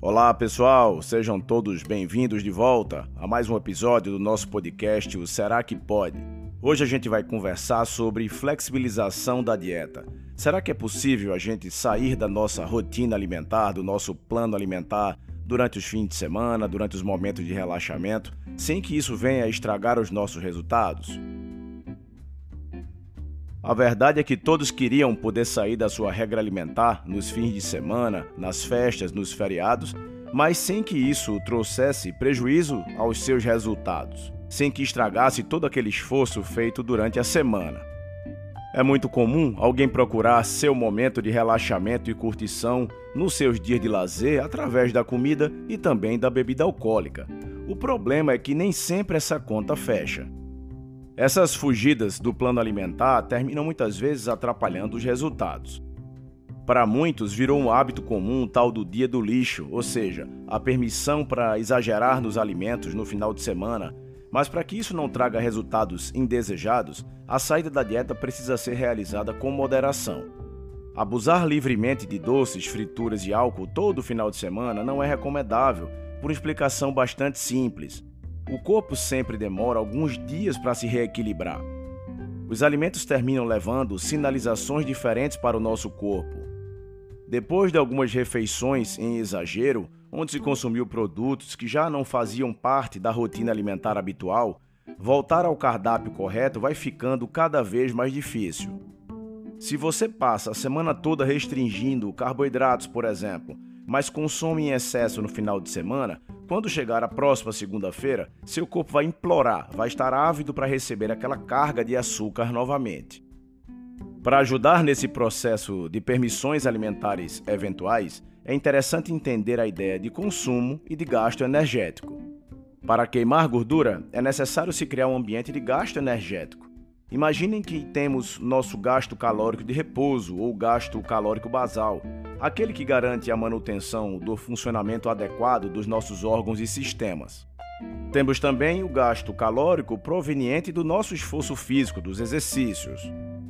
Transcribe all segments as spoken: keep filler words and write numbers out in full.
Olá pessoal, sejam todos bem-vindos de volta a mais um episódio do nosso podcast, o Será que Pode? Hoje a gente vai conversar sobre flexibilização da dieta. Será que é possível a gente sair da nossa rotina alimentar, do nosso plano alimentar, durante os fins de semana, durante os momentos de relaxamento, sem que isso venha a estragar os nossos resultados? A verdade é que todos queriam poder sair da sua regra alimentar nos fins de semana, nas festas, nos feriados, mas sem que isso trouxesse prejuízo aos seus resultados, sem que estragasse todo aquele esforço feito durante a semana. É muito comum alguém procurar seu momento de relaxamento e curtição nos seus dias de lazer através da comida e também da bebida alcoólica. O problema é que nem sempre essa conta fecha. Essas fugidas do plano alimentar terminam muitas vezes atrapalhando os resultados. Para muitos, virou um hábito comum o tal do dia do lixo, ou seja, a permissão para exagerar nos alimentos no final de semana, mas para que isso não traga resultados indesejados, a saída da dieta precisa ser realizada com moderação. Abusar livremente de doces, frituras e álcool todo final de semana não é recomendável, por uma explicação bastante simples. O corpo sempre demora alguns dias para se reequilibrar. Os alimentos terminam levando sinalizações diferentes para o nosso corpo. Depois de algumas refeições em exagero, onde se consumiu produtos que já não faziam parte da rotina alimentar habitual, voltar ao cardápio correto vai ficando cada vez mais difícil. Se você passa a semana toda restringindo carboidratos, por exemplo, mas consome em excesso no final de semana, quando chegar a próxima segunda-feira, seu corpo vai implorar, vai estar ávido para receber aquela carga de açúcar novamente. Para ajudar nesse processo de permissões alimentares eventuais, é interessante entender a ideia de consumo e de gasto energético. Para queimar gordura, é necessário se criar um ambiente de gasto energético. Imaginem que temos nosso gasto calórico de repouso ou gasto calórico basal, aquele que garante a manutenção do funcionamento adequado dos nossos órgãos e sistemas. Temos também o gasto calórico proveniente do nosso esforço físico, dos exercícios.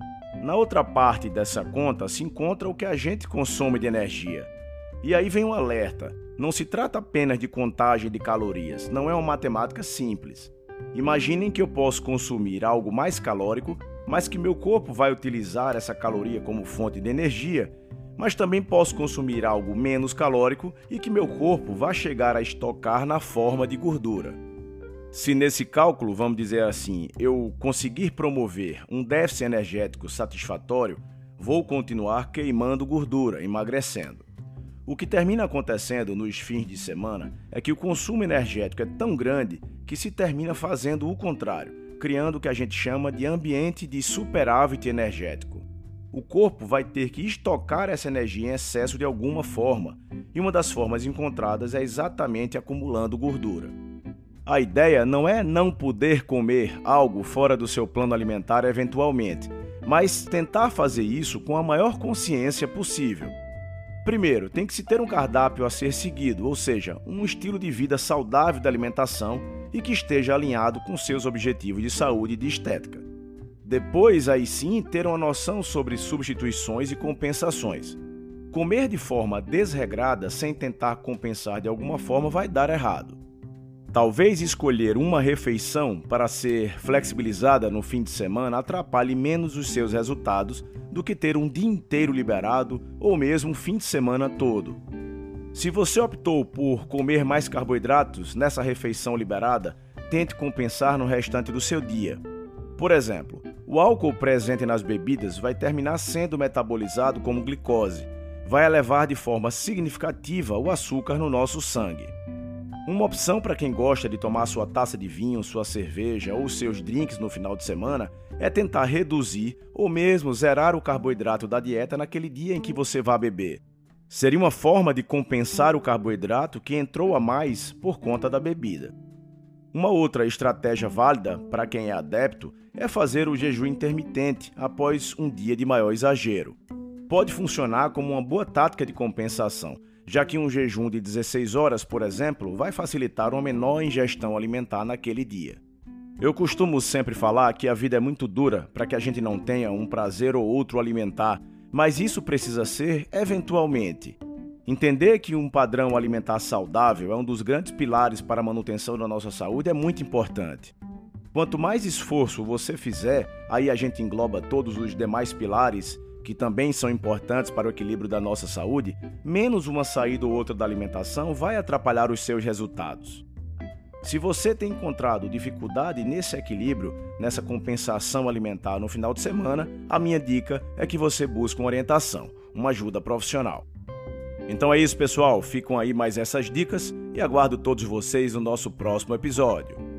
Na outra parte dessa conta se encontra o que a gente consome de energia. E aí vem um alerta: não se trata apenas de contagem de calorias, não é uma matemática simples. Imaginem que eu posso consumir algo mais calórico, mas que meu corpo vai utilizar essa caloria como fonte de energia, mas também posso consumir algo menos calórico e que meu corpo vai chegar a estocar na forma de gordura. Se nesse cálculo, vamos dizer assim, eu conseguir promover um déficit energético satisfatório, vou continuar queimando gordura, emagrecendo. O que termina acontecendo nos fins de semana é que o consumo energético é tão grande que se termina fazendo o contrário, criando o que a gente chama de ambiente de superávit energético. O corpo vai ter que estocar essa energia em excesso de alguma forma, e uma das formas encontradas é exatamente acumulando gordura. A ideia não é não poder comer algo fora do seu plano alimentar eventualmente, mas tentar fazer isso com a maior consciência possível. Primeiro, tem que se ter um cardápio a ser seguido, ou seja, um estilo de vida saudável da alimentação e que esteja alinhado com seus objetivos de saúde e de estética. Depois, aí sim, ter uma noção sobre substituições e compensações. Comer de forma desregrada, sem tentar compensar de alguma forma, vai dar errado. Talvez escolher uma refeição para ser flexibilizada no fim de semana atrapalhe menos os seus resultados do que ter um dia inteiro liberado ou mesmo um fim de semana todo. Se você optou por comer mais carboidratos nessa refeição liberada, tente compensar no restante do seu dia. Por exemplo, o álcool presente nas bebidas vai terminar sendo metabolizado como glicose, vai elevar de forma significativa o açúcar no nosso sangue. Uma opção para quem gosta de tomar sua taça de vinho, sua cerveja ou seus drinks no final de semana é tentar reduzir ou mesmo zerar o carboidrato da dieta naquele dia em que você vai beber. Seria uma forma de compensar o carboidrato que entrou a mais por conta da bebida. Uma outra estratégia válida para quem é adepto é fazer o jejum intermitente após um dia de maior exagero. Pode funcionar como uma boa tática de compensação, já que um jejum de dezesseis horas, por exemplo, vai facilitar uma menor ingestão alimentar naquele dia. Eu costumo sempre falar que a vida é muito dura para que a gente não tenha um prazer ou outro alimentar, mas isso precisa ser eventualmente. Entender que um padrão alimentar saudável é um dos grandes pilares para a manutenção da nossa saúde é muito importante. Quanto mais esforço você fizer, aí a gente engloba todos os demais pilares que também são importantes para o equilíbrio da nossa saúde, menos uma saída ou outra da alimentação vai atrapalhar os seus resultados. Se você tem encontrado dificuldade nesse equilíbrio, nessa compensação alimentar no final de semana, a minha dica é que você busque uma orientação, uma ajuda profissional. Então é isso, pessoal. Ficam aí mais essas dicas e aguardo todos vocês no nosso próximo episódio.